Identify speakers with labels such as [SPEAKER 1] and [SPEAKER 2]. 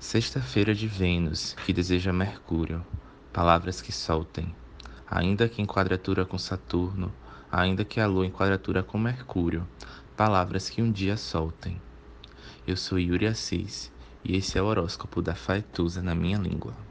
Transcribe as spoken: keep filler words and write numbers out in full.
[SPEAKER 1] Sexta-feira de Vênus, que deseja Mercúrio, palavras que soltem. Ainda que em quadratura com Saturno, ainda que a Lua em quadratura com Mercúrio, palavras que um dia soltem. Eu sou Yuri Assis, e esse é o horóscopo da Faetusa na minha língua.